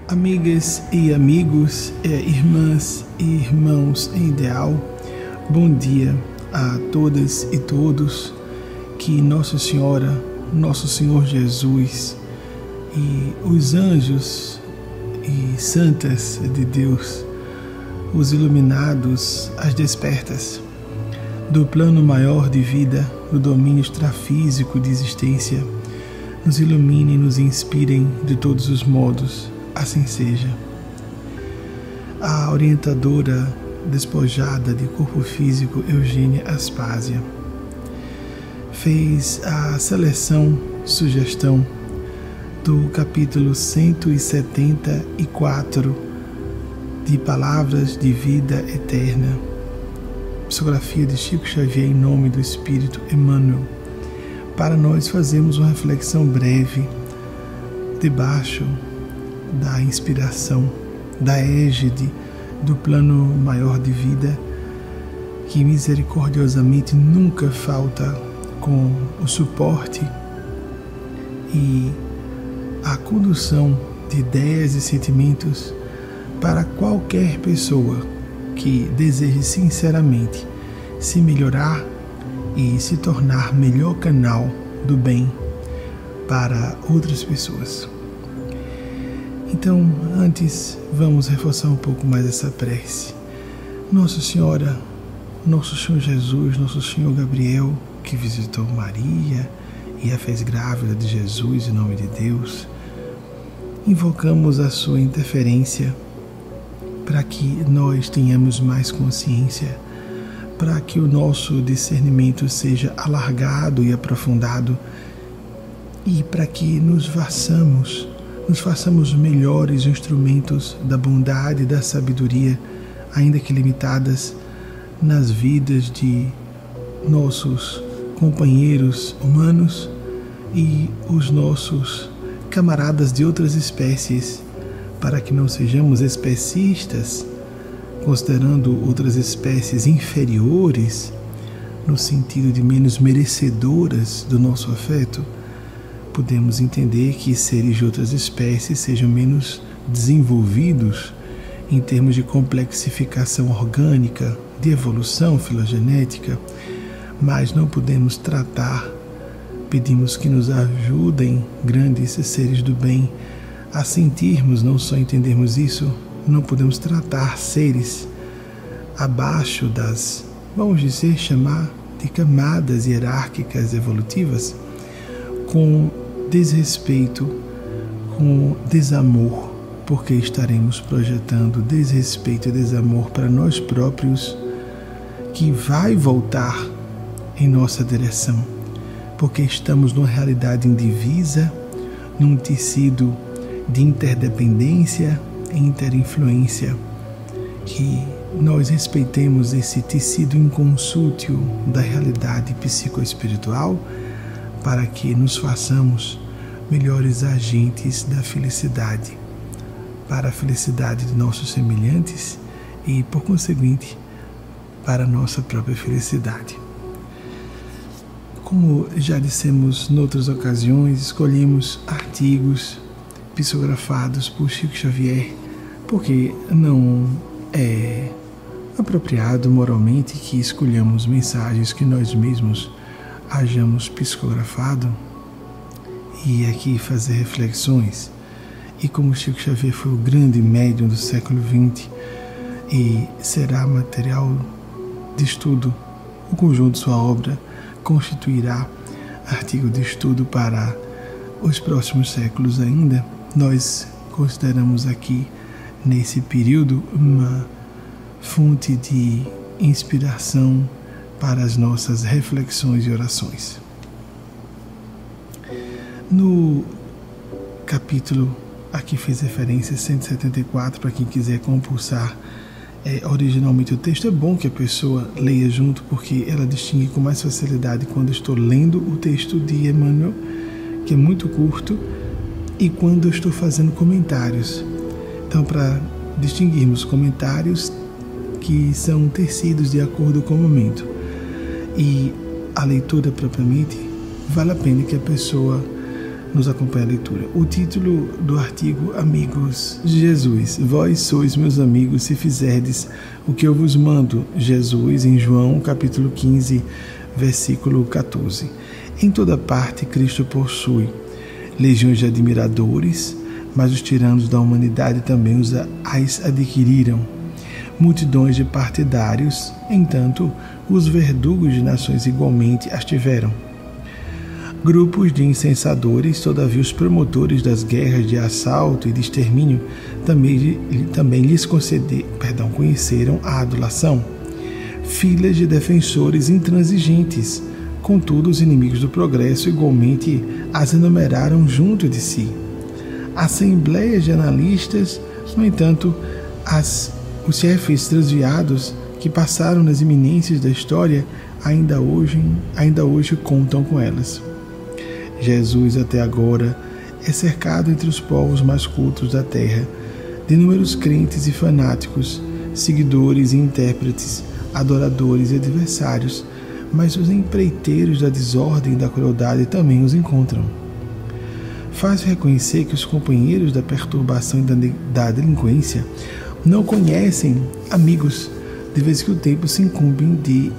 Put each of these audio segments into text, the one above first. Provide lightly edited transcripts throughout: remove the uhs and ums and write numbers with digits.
Amigas e amigos, irmãs e irmãos em ideal, bom dia a todas e todos. Que Nossa Senhora, Nosso Senhor Jesus e os anjos e santas de Deus, os iluminados, as despertas do plano maior de vida, do domínio extrafísico de existência, nos iluminem e nos inspirem de todos os modos. Assim seja. A orientadora despojada de corpo físico, Eugênia Aspásia, fez a sugestão do capítulo 174 de Palavras de Vida Eterna, psicografia de Chico Xavier em nome do Espírito Emmanuel, para nós fazermos uma reflexão breve debaixo da inspiração, da égide do plano maior de vida, que misericordiosamente nunca falta com o suporte e a condução de ideias e sentimentos para qualquer pessoa que deseje sinceramente se melhorar e se tornar melhor canal do bem para outras pessoas. Então, antes, vamos reforçar um pouco mais essa prece. Nossa Senhora, Nosso Senhor Jesus, Nosso Senhor Gabriel, que visitou Maria e a fez grávida de Jesus em nome de Deus, invocamos a sua interferência para que nós tenhamos mais consciência, para que o nosso discernimento seja alargado e aprofundado e para que nos façamos melhores instrumentos da bondade e da sabedoria, ainda que limitadas, nas vidas de nossos companheiros humanos e os nossos camaradas de outras espécies, para que não sejamos especistas, considerando outras espécies inferiores, no sentido de menos merecedoras do nosso afeto. Podemos entender que seres de outras espécies sejam menos desenvolvidos em termos de complexificação orgânica, de evolução filogenética, mas não podemos tratar. Pedimos que nos ajudem, grandes seres do bem, a sentirmos, não só entendermos isso. Não podemos tratar seres abaixo das, vamos dizer, chamar de camadas hierárquicas evolutivas, com desrespeito, com desamor, porque estaremos projetando desrespeito e desamor para nós próprios, que vai voltar em nossa direção, porque estamos numa realidade indivisa, num tecido de interdependência e interinfluência, que nós respeitemos esse tecido inconsútil da realidade psicoespiritual, para que nos façamos melhores agentes da felicidade, para a felicidade de nossos semelhantes e, por conseguinte, para a nossa própria felicidade. Como já dissemos em outras ocasiões, escolhemos artigos psicografados por Chico Xavier, porque não é apropriado moralmente que escolhamos mensagens que nós mesmos hajamos psicografado e aqui fazer reflexões. E como Chico Xavier foi o grande médium do século XX e será material de estudo, o conjunto de sua obra constituirá artigo de estudo para os próximos séculos ainda, nós consideramos aqui, nesse período, uma fonte de inspiração para as nossas reflexões e orações. No capítulo a que fiz referência, 174, para quem quiser compulsar originalmente o texto, é bom que a pessoa leia junto, porque ela distingue com mais facilidade quando estou lendo o texto de Emmanuel, que é muito curto, e quando eu estou fazendo comentários. Então, para distinguirmos comentários que são tecidos de acordo com o momento e a leitura propriamente, vale a pena que a pessoa nos acompanha a leitura. O título do artigo: Amigos de Jesus. Vós sois meus amigos se fizerdes o que eu vos mando. Jesus, em João capítulo 15, versículo 14. Em toda parte Cristo possui legiões de admiradores, mas os tiranos da humanidade também as adquiriram. Multidões de partidários, entanto, os verdugos de nações igualmente as tiveram. Grupos de incensadores, todavia os promotores das guerras de assalto e de extermínio também lhes conheceram a adulação. Filas de defensores intransigentes, contudo os inimigos do progresso igualmente as enumeraram junto de si. Assembleias de analistas, no entanto, os chefes transviados que passaram nas eminências da história ainda hoje contam com elas. Jesus até agora é cercado entre os povos mais cultos da terra, de inúmeros crentes e fanáticos, seguidores e intérpretes, adoradores e adversários, mas os empreiteiros da desordem e da crueldade também os encontram. Fácil reconhecer que os companheiros da perturbação e da delinquência não conhecem amigos, de vez que o tempo se incumbe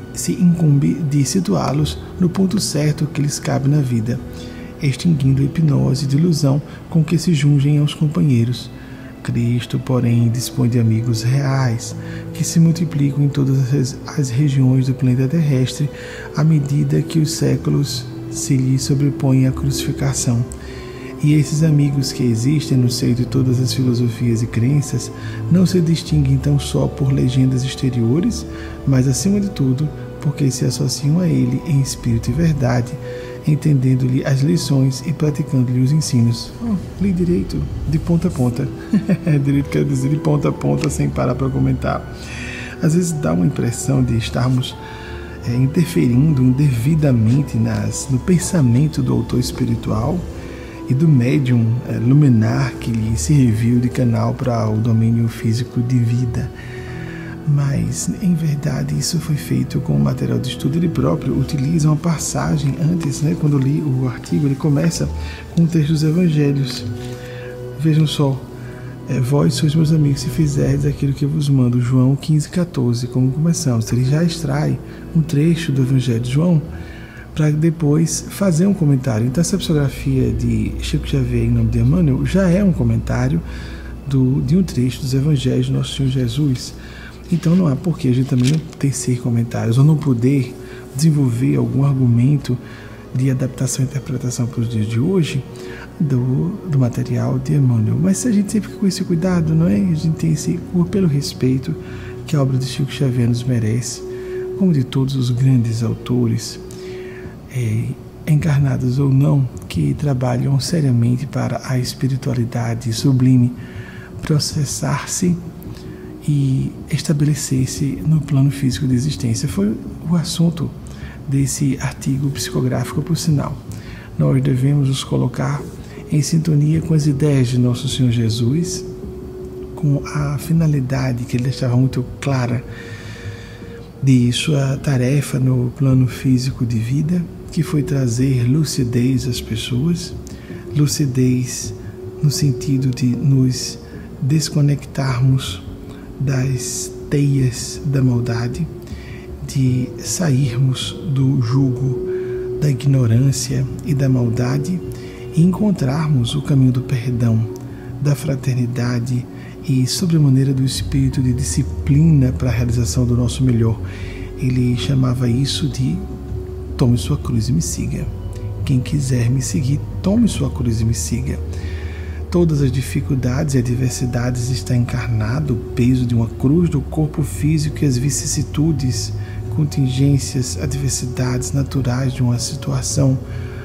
de situá-los no ponto certo que lhes cabe na vida, extinguindo a hipnose de ilusão com que se jungem aos companheiros. Cristo, porém, dispõe de amigos reais, que se multiplicam em todas as regiões do planeta terrestre à medida que os séculos se lhe sobrepõem à crucificação. E esses amigos que existem no seio de todas as filosofias e crenças não se distinguem tão só por legendas exteriores, mas, acima de tudo, porque se associam a ele em espírito e verdade, entendendo-lhe as lições e praticando-lhe os ensinos. Li direito, de ponta a ponta. Direito quer dizer de ponta a ponta, sem parar para comentar. Às vezes dá uma impressão de estarmos interferindo indevidamente no pensamento do autor espiritual e do médium luminar que lhe serviu de canal para o domínio físico de vida. Mas, em verdade, isso foi feito com o material de estudo. Ele próprio utiliza uma passagem antes, quando eu li o artigo, ele começa com o texto dos Evangelhos. Vejam só, vós sois meus amigos se fizerdes aquilo que eu vos mando, João 15, 14, como começamos. Ele já extrai um trecho do Evangelho de João para depois fazer um comentário. Então, essa psicografia de Chico Xavier em nome de Emmanuel já é um comentário de um trecho dos Evangelhos de Nosso Senhor Jesus. Então não há por que a gente também não tecer comentários ou não poder desenvolver algum argumento de adaptação e interpretação para os dias de hoje do material de Emmanuel. Mas se a gente sempre com esse cuidado, não é? A gente tem pelo respeito que a obra de Chico Xavier nos merece, como de todos os grandes autores, encarnados ou não, que trabalham seriamente para a espiritualidade sublime processar-se e estabelecer-se no plano físico de existência. Foi o assunto desse artigo psicográfico, por sinal. Nós devemos nos colocar em sintonia com as ideias de Nosso Senhor Jesus, com a finalidade que ele deixava muito clara de sua tarefa no plano físico de vida, que foi trazer lucidez às pessoas, lucidez no sentido de nos desconectarmos das teias da maldade, de sairmos do jugo da ignorância e da maldade e encontrarmos o caminho do perdão, da fraternidade e, sobremaneira, do espírito de disciplina para a realização do nosso melhor. Ele chamava isso de tome sua cruz e me siga. Quem quiser me seguir, tome sua cruz e me siga. Todas as dificuldades e adversidades está encarnado o peso de uma cruz do corpo físico e as vicissitudes, contingências, adversidades naturais de uma situação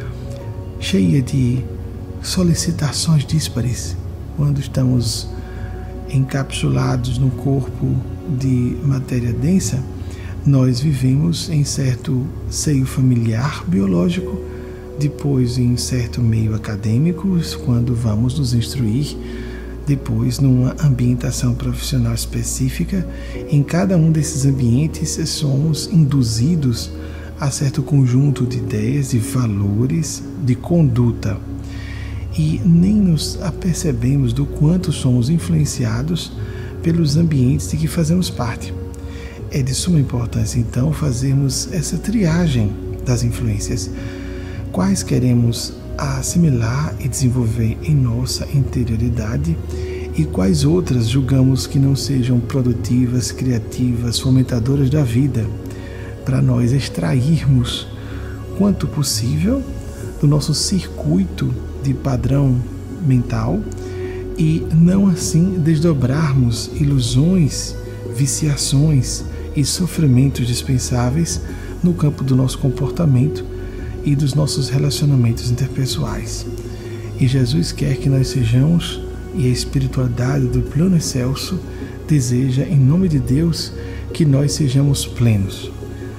cheia de solicitações díspares. Quando estamos encapsulados no corpo de matéria densa, nós vivemos em certo seio familiar biológico, depois em certo meio acadêmico, quando vamos nos instruir, depois numa ambientação profissional específica. Em cada um desses ambientes somos induzidos a certo conjunto de ideias, de valores, de conduta. e nem nos apercebemos do quanto somos influenciados pelos ambientes de que fazemos parte. É de suma importância, então, fazermos essa triagem das influências. Quais queremos assimilar e desenvolver em nossa interioridade e quais outras julgamos que não sejam produtivas, criativas, fomentadoras da vida, para nós extrairmos quanto possível do nosso circuito de padrão mental e não assim desdobrarmos ilusões, viciações e sofrimentos dispensáveis no campo do nosso comportamento e dos nossos relacionamentos interpessoais. E Jesus quer que nós sejamos, e a espiritualidade do plano excelso deseja, em nome de Deus, que nós sejamos plenos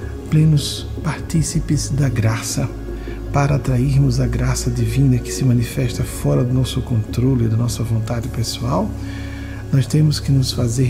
partícipes da graça, para atrairmos a graça divina que se manifesta fora do nosso controle e da nossa vontade pessoal. Nós temos que nos fazer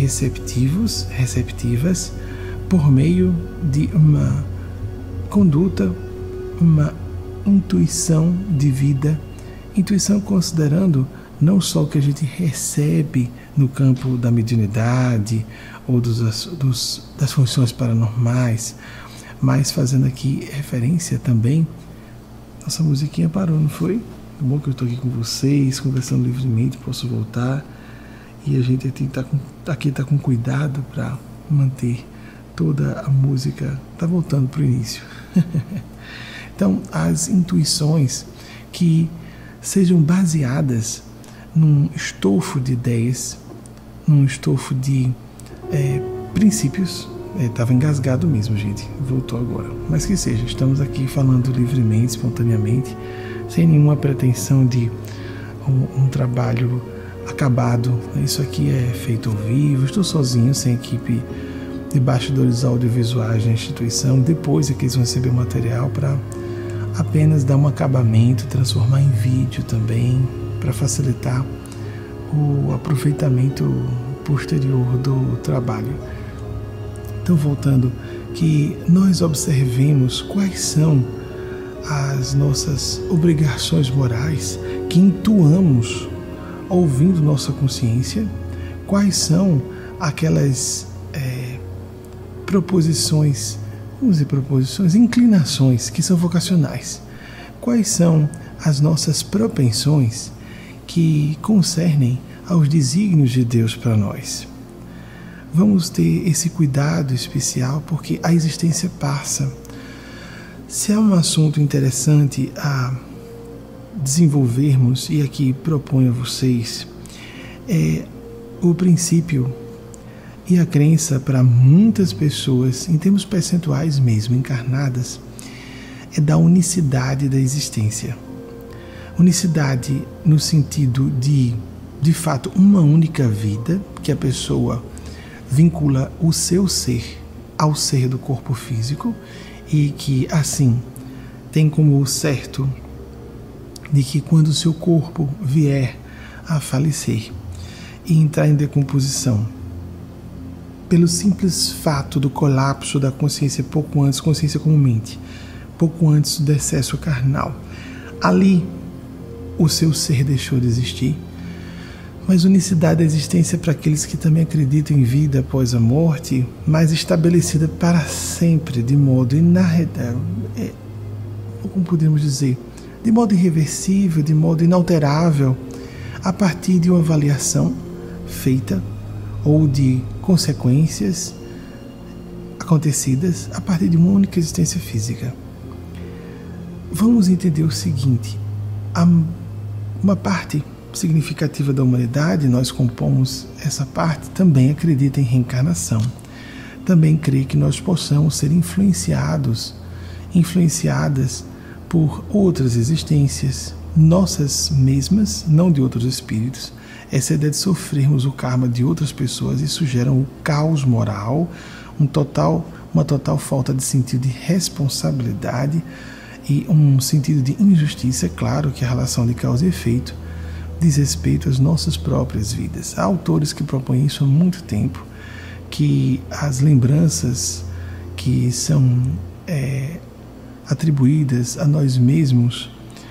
receptivas, por meio de uma conduta, uma intuição de vida, intuição considerando não só o que a gente recebe no campo da mediunidade ou das funções paranormais, mas fazendo aqui referência também. Nossa musiquinha parou, não foi? É bom que eu estou aqui com vocês, conversando livremente, posso voltar. E a gente tem que estar com cuidado para manter toda a música. Está voltando para o início. Então, as intuições que sejam baseadas num estofo de ideias, num estofo de princípios. Estava engasgado mesmo, gente. Voltou agora. Mas que seja, estamos aqui falando livremente, espontaneamente, sem nenhuma pretensão de um trabalho acabado. Isso aqui é feito ao vivo. Estou sozinho, sem equipe de bastidores audiovisuais da instituição. Depois é que eles vão receber o material para apenas dar um acabamento, transformar em vídeo também, para facilitar o aproveitamento posterior do trabalho. Então, voltando, que nós observemos quais são as nossas obrigações morais que intuamos ouvindo nossa consciência, quais são aquelas inclinações que são vocacionais, quais são as nossas propensões que concernem aos desígnios de Deus para nós. Vamos ter esse cuidado especial porque a existência passa. Se há um assunto interessante a desenvolvermos, e aqui proponho a vocês, o princípio e a crença para muitas pessoas, em termos percentuais mesmo, encarnadas, é da unicidade da existência. Unicidade no sentido de fato, uma única vida, que a pessoa vincula o seu ser ao ser do corpo físico e que, assim, tem como certo de que quando o seu corpo vier a falecer e entrar em decomposição, pelo simples fato do colapso da consciência pouco antes, consciência como mente, pouco antes do excesso carnal, ali o seu ser deixou de existir. Mas unicidade da existência para aqueles que também acreditam em vida após a morte, mas estabelecida para sempre, de modo como podemos dizer, de modo irreversível, de modo inalterável, a partir de uma avaliação feita ou de consequências acontecidas a partir de uma única existência física. Vamos entender o seguinte: uma parte significativa da humanidade, nós compomos essa parte, também acredita em reencarnação, também crê que nós possamos ser influenciadas por outras existências, nossas mesmas, não de outros espíritos. Essa ideia de sofrermos o karma de outras pessoas, isso gera um caos moral, uma total falta de sentido de responsabilidade e um sentido de injustiça. É claro que a relação de causa e efeito diz respeito às nossas próprias vidas. Há autores que propõem isso há muito tempo, que as lembranças que são atribuídas a nós mesmos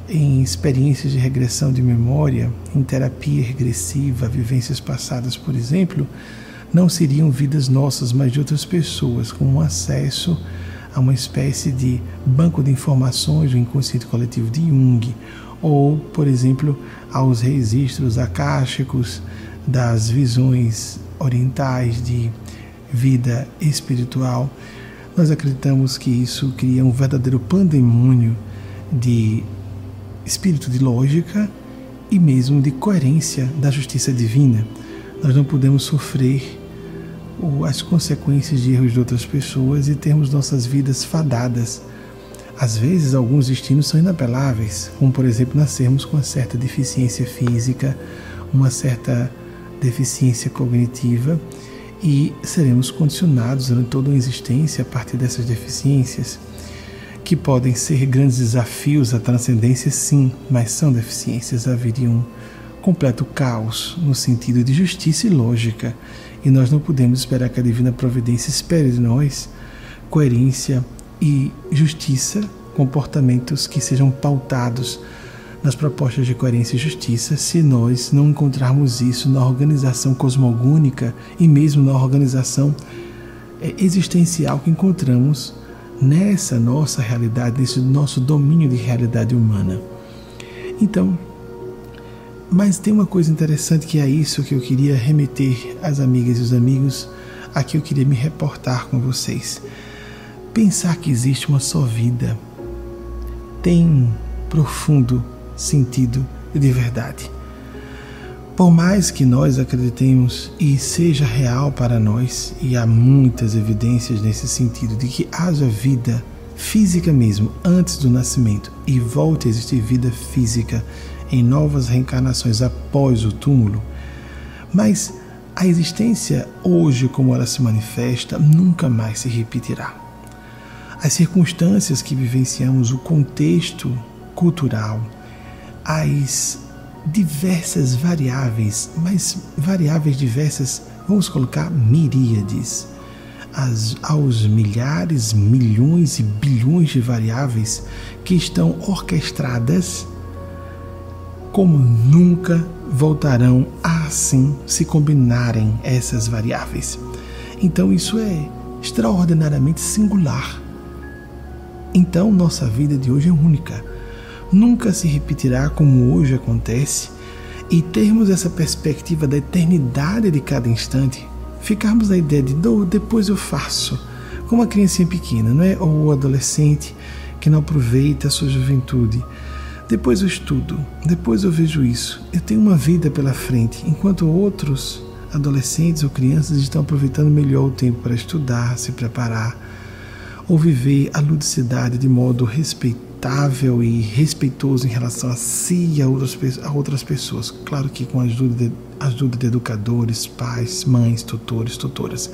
em experiências de regressão de memória, em terapia regressiva, vivências passadas, por exemplo, não seriam vidas nossas, mas de outras pessoas, com um acesso a uma espécie de banco de informações do inconsciente coletivo de Jung, ou, por exemplo, aos registros akáshicos das visões orientais de vida espiritual. Nós acreditamos que isso cria um verdadeiro pandemônio de espírito de lógica e mesmo de coerência da justiça divina. Nós não podemos sofrer as consequências de erros de outras pessoas e termos nossas vidas fadadas. Às vezes, alguns destinos são inapeláveis, como, por exemplo, nascermos com uma certa deficiência física, uma certa deficiência cognitiva, e seremos condicionados durante toda uma existência a partir dessas deficiências, que podem ser grandes desafios à transcendência, sim, mas são deficiências. Haveria um completo caos no sentido de justiça e lógica, e nós não podemos esperar que a divina providência espere de nós coerência e justiça, comportamentos que sejam pautados nas propostas de coerência e justiça, se nós não encontrarmos isso na organização cosmogônica e mesmo na organização existencial que encontramos nessa nossa realidade, nesse nosso domínio de realidade humana. Então, mas tem uma coisa interessante que é isso que eu queria remeter às amigas e os amigos, a que eu queria me reportar com vocês. Pensar que existe uma só vida tem profundo sentido de verdade. Por mais que nós acreditemos e seja real para nós, e há muitas evidências nesse sentido de que haja vida física mesmo antes do nascimento e volte a existir vida física em novas reencarnações após o túmulo, mas a existência hoje como ela se manifesta nunca mais se repetirá. As circunstâncias que vivenciamos, o contexto cultural, as diversas variáveis, mas variáveis diversas, vamos colocar miríades, aos milhares, milhões e bilhões de variáveis que estão orquestradas como nunca voltarão a assim se combinarem essas variáveis. Então isso é extraordinariamente singular. Então nossa vida de hoje é única. Nunca se repetirá como hoje acontece, e termos essa perspectiva da eternidade de cada instante, ficarmos na ideia de depois eu faço, como a criancinha pequena, não é? Ou o adolescente que não aproveita a sua juventude. Depois eu estudo, depois eu vejo isso. Eu tenho uma vida pela frente, enquanto outros adolescentes ou crianças estão aproveitando melhor o tempo para estudar, se preparar, ou viver a ludicidade de modo respeitável e respeitoso em relação a si e a outras pessoas. Claro que com a ajuda de educadores, pais, mães, tutores, tutoras.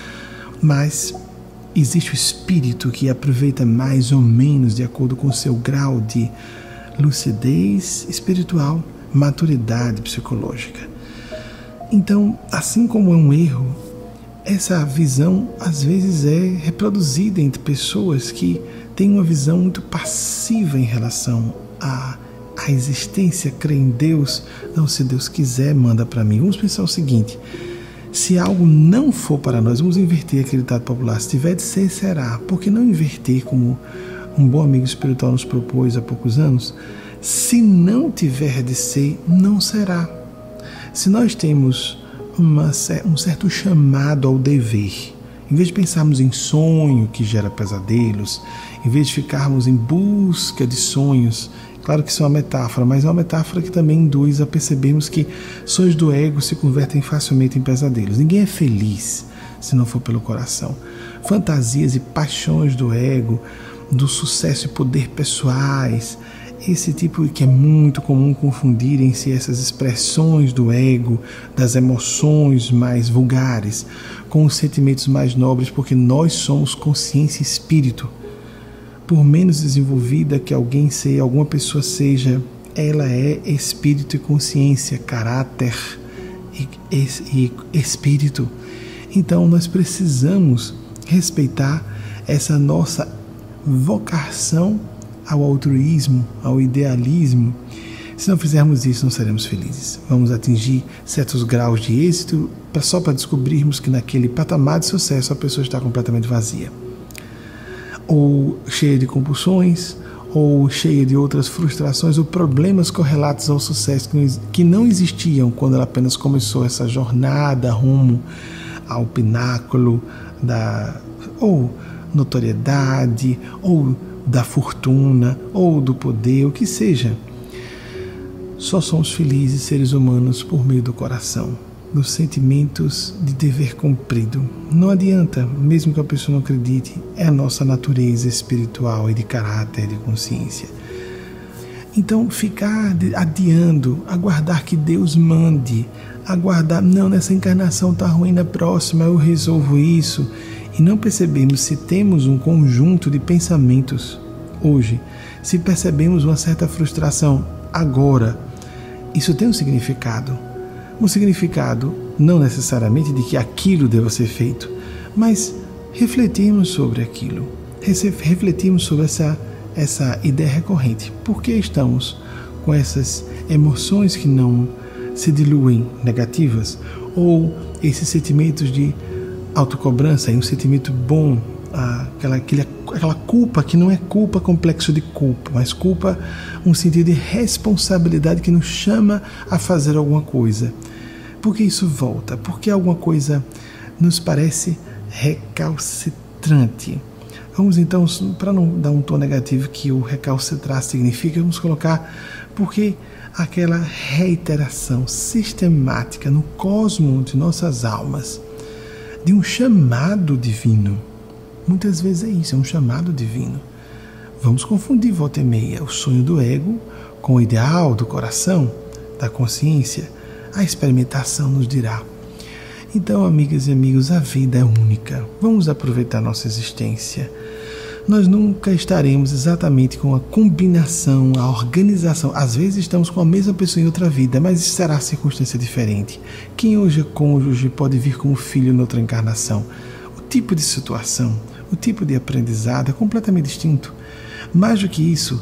Mas existe o espírito que aproveita mais ou menos de acordo com o seu grau de lucidez espiritual, maturidade psicológica. Então, assim como é um erro, essa visão às vezes é reproduzida entre pessoas que têm uma visão muito passiva em relação à existência, crê em Deus. Não, se Deus quiser, manda para mim. Vamos pensar o seguinte: se algo não for para nós, vamos inverter aquele ditado popular: se tiver de ser, será. Por que não inverter, como um bom amigo espiritual nos propôs há poucos anos? Se não tiver de ser, não será. Se nós temos um certo chamado ao dever, em vez de pensarmos em sonho que gera pesadelos, em vez de ficarmos em busca de sonhos, claro que isso é uma metáfora, mas é uma metáfora que também induz a percebermos que sonhos do ego se convertem facilmente em pesadelos. Ninguém é feliz se não for pelo coração. Fantasias e paixões do ego, do sucesso e poder pessoais, esse tipo que é muito comum confundirem-se essas expressões do ego, das emoções mais vulgares, com os sentimentos mais nobres, porque nós somos consciência e espírito. Por menos desenvolvida que alguma pessoa seja, ela é espírito e consciência, caráter e espírito. Então nós precisamos respeitar essa nossa vocação ao altruísmo, ao idealismo. Se não fizermos isso, não seremos felizes. Vamos atingir certos graus de êxito só para descobrirmos que naquele patamar de sucesso a pessoa está completamente vazia, ou cheia de compulsões, ou cheia de outras frustrações ou problemas correlatos ao sucesso que não existiam quando ela apenas começou essa jornada rumo ao pináculo da ou notoriedade, ou da fortuna, ou do poder, o que seja. Só somos felizes seres humanos por meio do coração, dos sentimentos de dever cumprido. Não adianta, mesmo que a pessoa não acredite, é a nossa natureza espiritual e de caráter, de consciência. Então, ficar adiando, aguardar que Deus mande, aguardar, não, nessa encarnação está ruim, na próxima eu resolvo isso, e não percebemos se temos um conjunto de pensamentos hoje, se percebemos uma certa frustração agora, isso tem um significado. Um significado não necessariamente de que aquilo deva ser feito, mas refletirmos sobre aquilo, refletirmos sobre essa ideia recorrente. Por que estamos com essas emoções que não se diluem negativas, ou esses sentimentos de autocobrança, e um sentimento bom, aquela culpa que não é culpa complexo de culpa, mas culpa, um sentido de responsabilidade que nos chama a fazer alguma coisa. Por que isso volta? Porque alguma coisa nos parece recalcitrante. Vamos então, para não dar um tom negativo que o recalcitrar significa, vamos colocar porque aquela reiteração sistemática no cosmo de nossas almas de um chamado divino. Muitas vezes é isso, é um chamado divino. Vamos confundir volta e meia o sonho do ego com o ideal do coração, da consciência. A experimentação nos dirá. Então, amigas e amigos, a vida é única. Vamos aproveitar nossa existência. Nós nunca estaremos exatamente com a combinação, a organização. Às vezes estamos com a mesma pessoa em outra vida, mas será circunstância diferente. Quem hoje é cônjuge pode vir como filho em outra encarnação. O tipo de situação, o tipo de aprendizado é completamente distinto. Mais do que isso,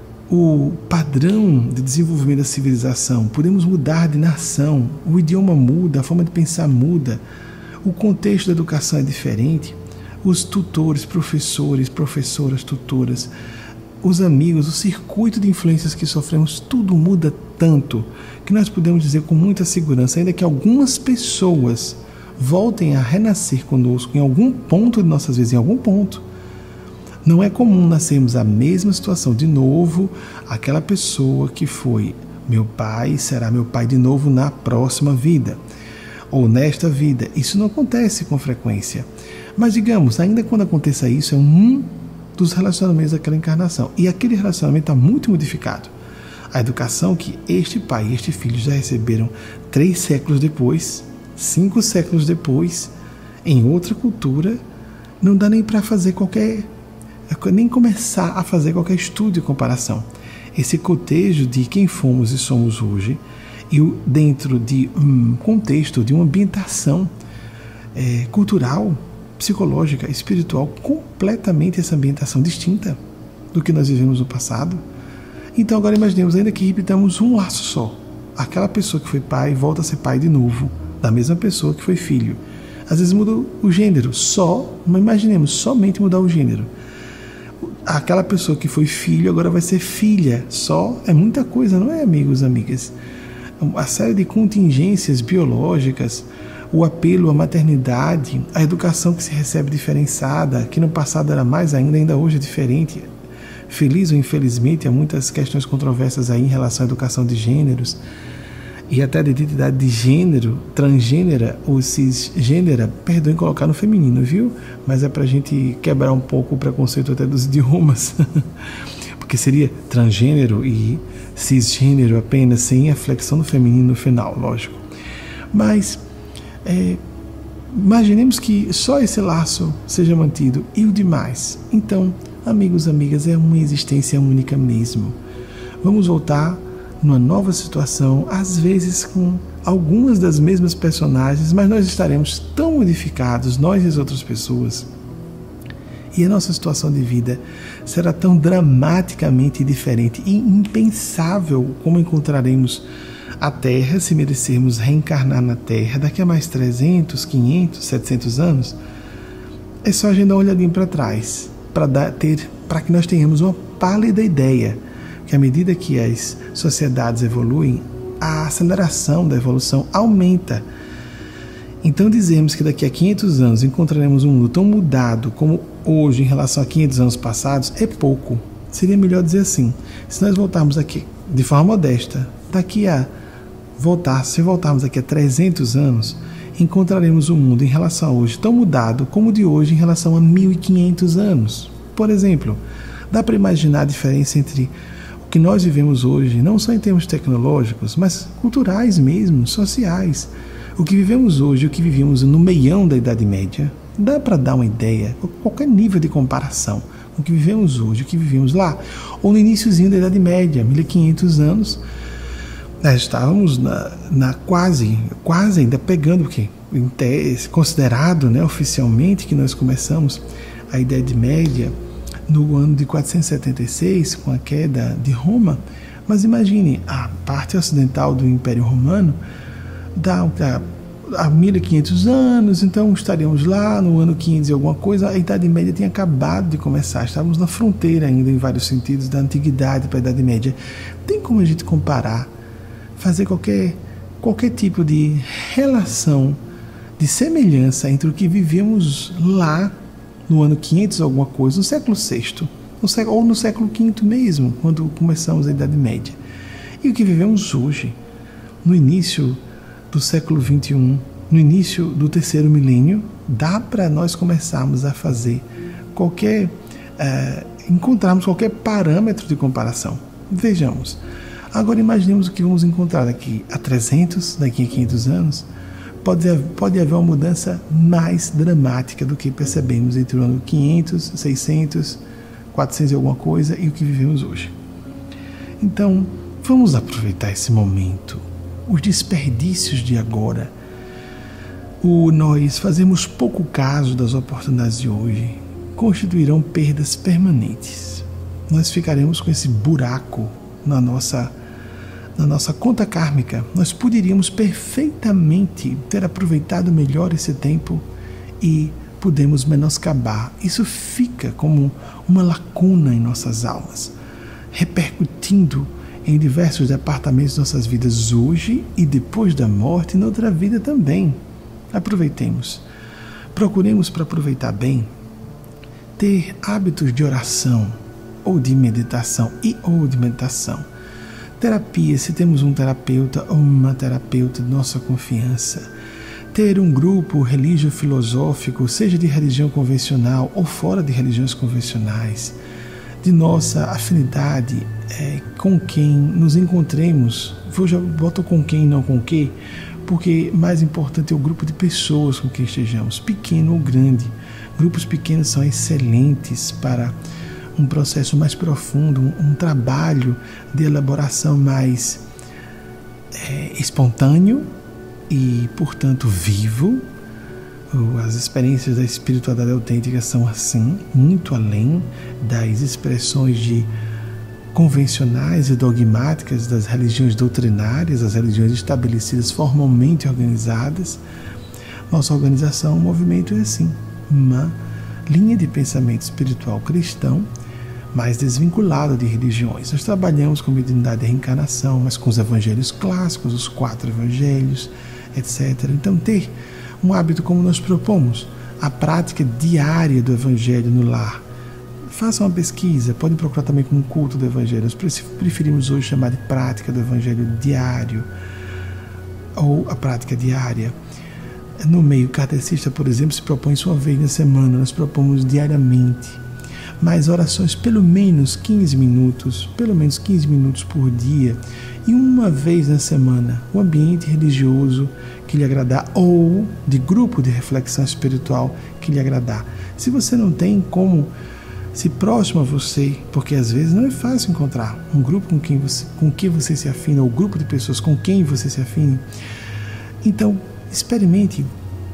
o padrão de desenvolvimento da civilização, podemos mudar de nação, o idioma muda, a forma de pensar muda, o contexto da educação é diferente, os tutores, professores, professoras, tutoras, os amigos, o circuito de influências que sofremos, tudo muda tanto que nós podemos dizer com muita segurança, ainda que algumas pessoas voltem a renascer conosco em algum ponto de nossas vidas, em algum ponto. Não é comum nascermos na mesma situação de novo, aquela pessoa que foi meu pai será meu pai de novo na próxima vida, ou nesta vida. Isso não acontece com frequência. Mas digamos, ainda quando aconteça isso, é um dos relacionamentos daquela encarnação. E aquele relacionamento está muito modificado. A educação que este pai e este filho já receberam 3 séculos depois, 5 séculos depois, em outra cultura, não dá nem para fazer nem começar a fazer qualquer estudo de comparação. Esse cotejo de quem fomos e somos hoje, e dentro de um contexto, de uma ambientação cultural, psicológica, espiritual, completamente essa ambientação distinta do que nós vivemos no passado. Então agora imaginemos ainda que repitamos um laço só. Aquela pessoa que foi pai volta a ser pai de novo, da mesma pessoa que foi filho. Às vezes muda o gênero, mas imaginemos somente mudar o gênero. Aquela pessoa que foi filho agora vai ser filha, só é muita coisa, não é, amigos, amigas? A série de contingências biológicas, o apelo à maternidade, a educação que se recebe diferenciada, que no passado era mais ainda hoje é diferente. Feliz ou infelizmente, há muitas questões controversas aí em relação à educação de gêneros e até de identidade de gênero, transgênera ou cisgênera, perdoem colocar no feminino, viu? Mas é pra gente quebrar um pouco o preconceito até dos idiomas, porque seria transgênero e cisgênero apenas, sem a flexão do feminino no final, lógico. Mas imaginemos que só esse laço seja mantido e o demais. Então, amigos, amigas, é uma existência única mesmo. Vamos voltar numa nova situação, às vezes com algumas das mesmas personagens, mas nós estaremos tão modificados, nós e as outras pessoas, e a nossa situação de vida será tão dramaticamente diferente e impensável como encontraremos a Terra se merecermos reencarnar na Terra daqui a mais 300, 500, 700 anos. É só a gente dar uma olhadinha para trás, para que nós tenhamos uma pálida ideia que à medida que as sociedades evoluem, a aceleração da evolução aumenta. Então dizemos que daqui a 500 anos encontraremos um mundo tão mudado como hoje em relação a 500 anos passados é pouco. Seria melhor dizer assim, se nós voltarmos aqui de forma modesta, se voltarmos aqui a 300 anos, encontraremos um mundo em relação a hoje tão mudado como o de hoje em relação a 1500 anos. Por exemplo, dá para imaginar a diferença entre o que nós vivemos hoje, não só em termos tecnológicos, mas culturais mesmo, sociais. O que vivemos hoje e o que vivíamos no meião da Idade Média, dá para dar uma ideia, qualquer nível de comparação, o que vivemos hoje e o que vivíamos lá, ou no iniciozinho da Idade Média, 1500 anos, nós estávamos quase ainda pegando, porque considerado, né, oficialmente que nós começamos a Idade Média no ano de 476, com a queda de Roma, mas imagine, a parte ocidental do Império Romano dá há 1500 anos, então estaríamos lá no ano 500 e alguma coisa, a Idade Média tinha acabado de começar, estávamos na fronteira ainda em vários sentidos, da Antiguidade para a Idade Média. Tem como a gente comparar, fazer qualquer tipo de relação, de semelhança entre o que vivemos lá no ano 500 alguma coisa, no século VI, ou no século V mesmo, quando começamos a Idade Média, e o que vivemos hoje, no início do século XXI, no início do terceiro milênio, dá para nós começarmos a fazer encontrarmos qualquer parâmetro de comparação. Vejamos. Agora imaginemos o que vamos encontrar daqui a 300, daqui a 500 anos. Pode haver uma mudança mais dramática do que percebemos entre o ano 500, 600, 400 e alguma coisa e o que vivemos hoje. Então, vamos aproveitar esse momento. Os desperdícios de agora, nós fazemos pouco caso das oportunidades de hoje, constituirão perdas permanentes. Nós ficaremos com esse buraco na nossa conta kármica. Nós poderíamos perfeitamente ter aproveitado melhor esse tempo e podemos menoscabar. Isso fica como uma lacuna em nossas almas, repercutindo em diversos departamentos de nossas vidas hoje e depois da morte e noutra vida também. Aproveitemos. Procuremos, para aproveitar bem, ter hábitos de oração ou de meditação terapia, se temos um terapeuta ou uma terapeuta de nossa confiança, ter um grupo religio-filosófico, seja de religião convencional ou fora de religiões convencionais, de nossa afinidade com quem nos encontremos. Já boto com quem, não com que, porque mais importante é o grupo de pessoas com quem estejamos, pequeno ou grande. Grupos pequenos são excelentes para um processo mais profundo, um trabalho de elaboração mais espontâneo e, portanto, vivo. As experiências da espiritualidade autêntica são assim, muito além das expressões convencionais e dogmáticas das religiões doutrinárias, as religiões estabelecidas formalmente organizadas. Nossa organização, o movimento é assim, uma linha de pensamento espiritual cristão mais desvinculado de religiões. Nós trabalhamos com mediunidade e reencarnação, mas com os evangelhos clássicos, os 4 evangelhos, etc. Então, ter um hábito como nós propomos, a prática diária do evangelho no lar. Façam uma pesquisa, podem procurar também como culto do evangelho. Nós preferimos hoje chamar de prática do evangelho diário, ou a prática diária. No meio kardecista, por exemplo, se propõe isso uma vez na semana, nós propomos diariamente. Mas orações pelo menos 15 minutos por dia, e uma vez na semana, o ambiente religioso que lhe agradar, ou de grupo de reflexão espiritual que lhe agradar. Se você não tem como, se próximo a você, porque às vezes não é fácil encontrar um grupo com quem você se afina, ou grupo de pessoas com quem você se afine, então experimente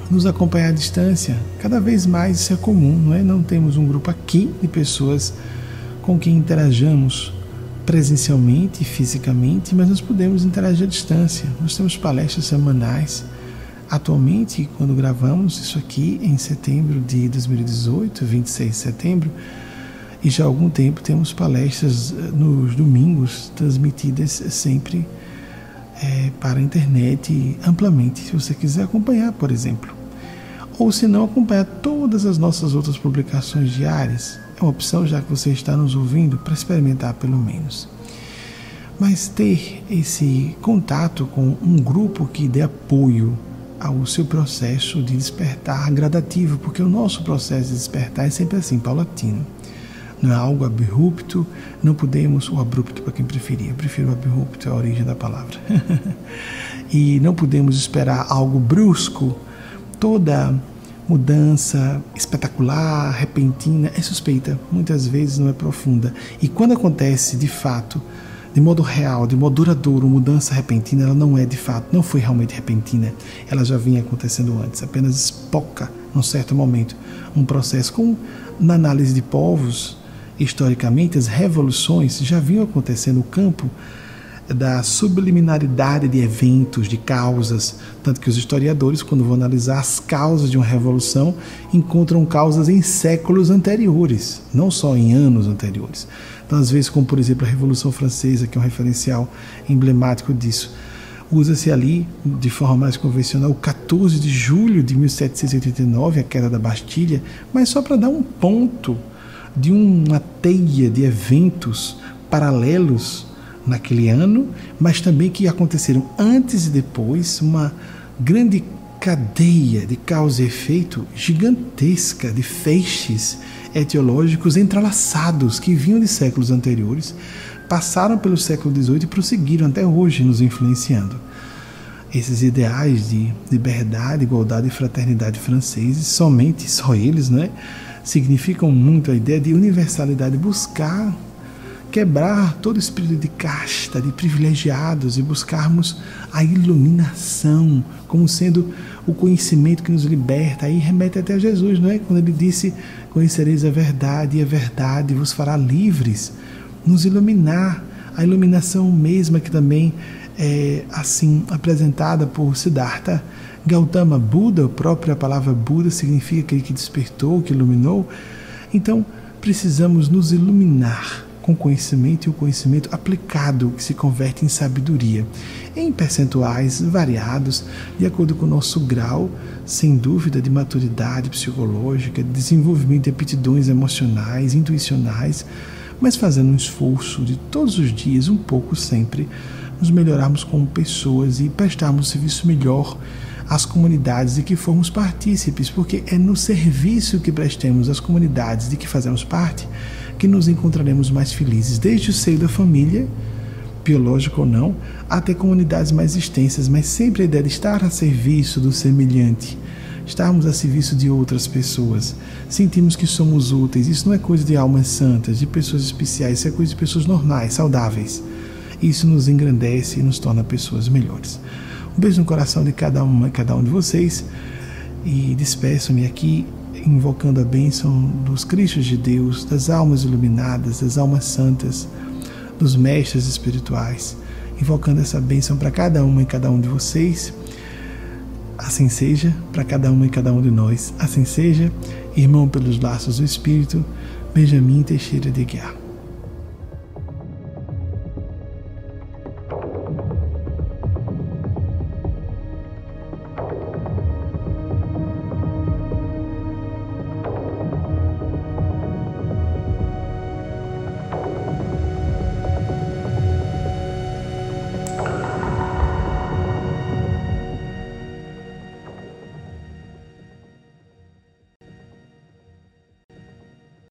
nos acompanhar à distância. Cada vez mais isso é comum, não é? Não temos um grupo aqui de pessoas com quem interajamos presencialmente e fisicamente, mas nós podemos interagir à distância. Nós temos palestras semanais. Atualmente, quando gravamos isso aqui em setembro de 2018, 26 de setembro, e já há algum tempo temos palestras nos domingos transmitidas sempre para a internet amplamente, se você quiser acompanhar, por exemplo. Ou se não, acompanhar todas as nossas outras publicações diárias. É uma opção, já que você está nos ouvindo, para experimentar pelo menos. Mas ter esse contato com um grupo que dê apoio ao seu processo de despertar gradativo, porque o nosso processo de despertar é sempre assim, paulatino. Não é algo abrupto, não podemos, ou abrupto para quem preferir, eu prefiro abrupto, é a origem da palavra. E não podemos esperar algo brusco. Toda mudança espetacular, repentina, é suspeita, muitas vezes não é profunda. E quando acontece de fato, de modo real, de modo duradouro, mudança repentina, ela não é de fato, não foi realmente repentina, ela já vinha acontecendo antes, apenas espoca, num certo momento, um processo. Como na análise de povos, historicamente, as revoluções já vinham acontecendo no campo da subliminaridade de eventos, de causas, tanto que os historiadores, quando vão analisar as causas de uma revolução, encontram causas em séculos anteriores, não só em anos anteriores. Então, às vezes, como por exemplo a Revolução Francesa, que é um referencial emblemático disso, usa-se ali, de forma mais convencional, o 14 de julho de 1789, a queda da Bastilha, mas só para dar um ponto de uma teia de eventos paralelos naquele ano, mas também que aconteceram antes e depois, uma grande cadeia de causa e efeito gigantesca de feixes etiológicos entrelaçados que vinham de séculos anteriores, passaram pelo século XVIII e prosseguiram até hoje nos influenciando. Esses ideais de liberdade, igualdade e fraternidade franceses, somente, só eles, né, significam muito a ideia de universalidade, buscar quebrar todo espírito de casta, de privilegiados e buscarmos a iluminação como sendo o conhecimento que nos liberta. Aí remete até a Jesus, não é? Quando ele disse: conhecereis a verdade e a verdade vos fará livres. Nos iluminar, a iluminação mesma que também é assim apresentada por Siddhartha Gautama Buda. A própria palavra Buda significa aquele que despertou, que iluminou. Então precisamos nos iluminar com conhecimento, e o conhecimento aplicado que se converte em sabedoria, em percentuais variados, de acordo com o nosso grau, sem dúvida, de maturidade psicológica, de desenvolvimento de aptidões emocionais, intuicionais, mas fazendo um esforço de todos os dias, um pouco sempre, nos melhorarmos como pessoas e prestarmos um serviço melhor às comunidades de que formos partícipes, porque é no serviço que prestemos às comunidades de que fazemos parte que nos encontraremos mais felizes, desde o seio da família, biológica ou não, até comunidades mais extensas, mas sempre a ideia de estar a serviço do semelhante, estarmos a serviço de outras pessoas, sentimos que somos úteis. Isso não é coisa de almas santas, de pessoas especiais, isso é coisa de pessoas normais, saudáveis. Isso nos engrandece e nos torna pessoas melhores. Um beijo no coração de cada uma e cada um de vocês, e despeço-me aqui invocando a bênção dos Cristos de Deus, das almas iluminadas, das almas santas, dos mestres espirituais, invocando essa bênção para cada uma e cada um de vocês. Assim seja, para cada uma e cada um de nós. Assim seja, irmão pelos laços do Espírito, Benjamin Teixeira de Aguiar.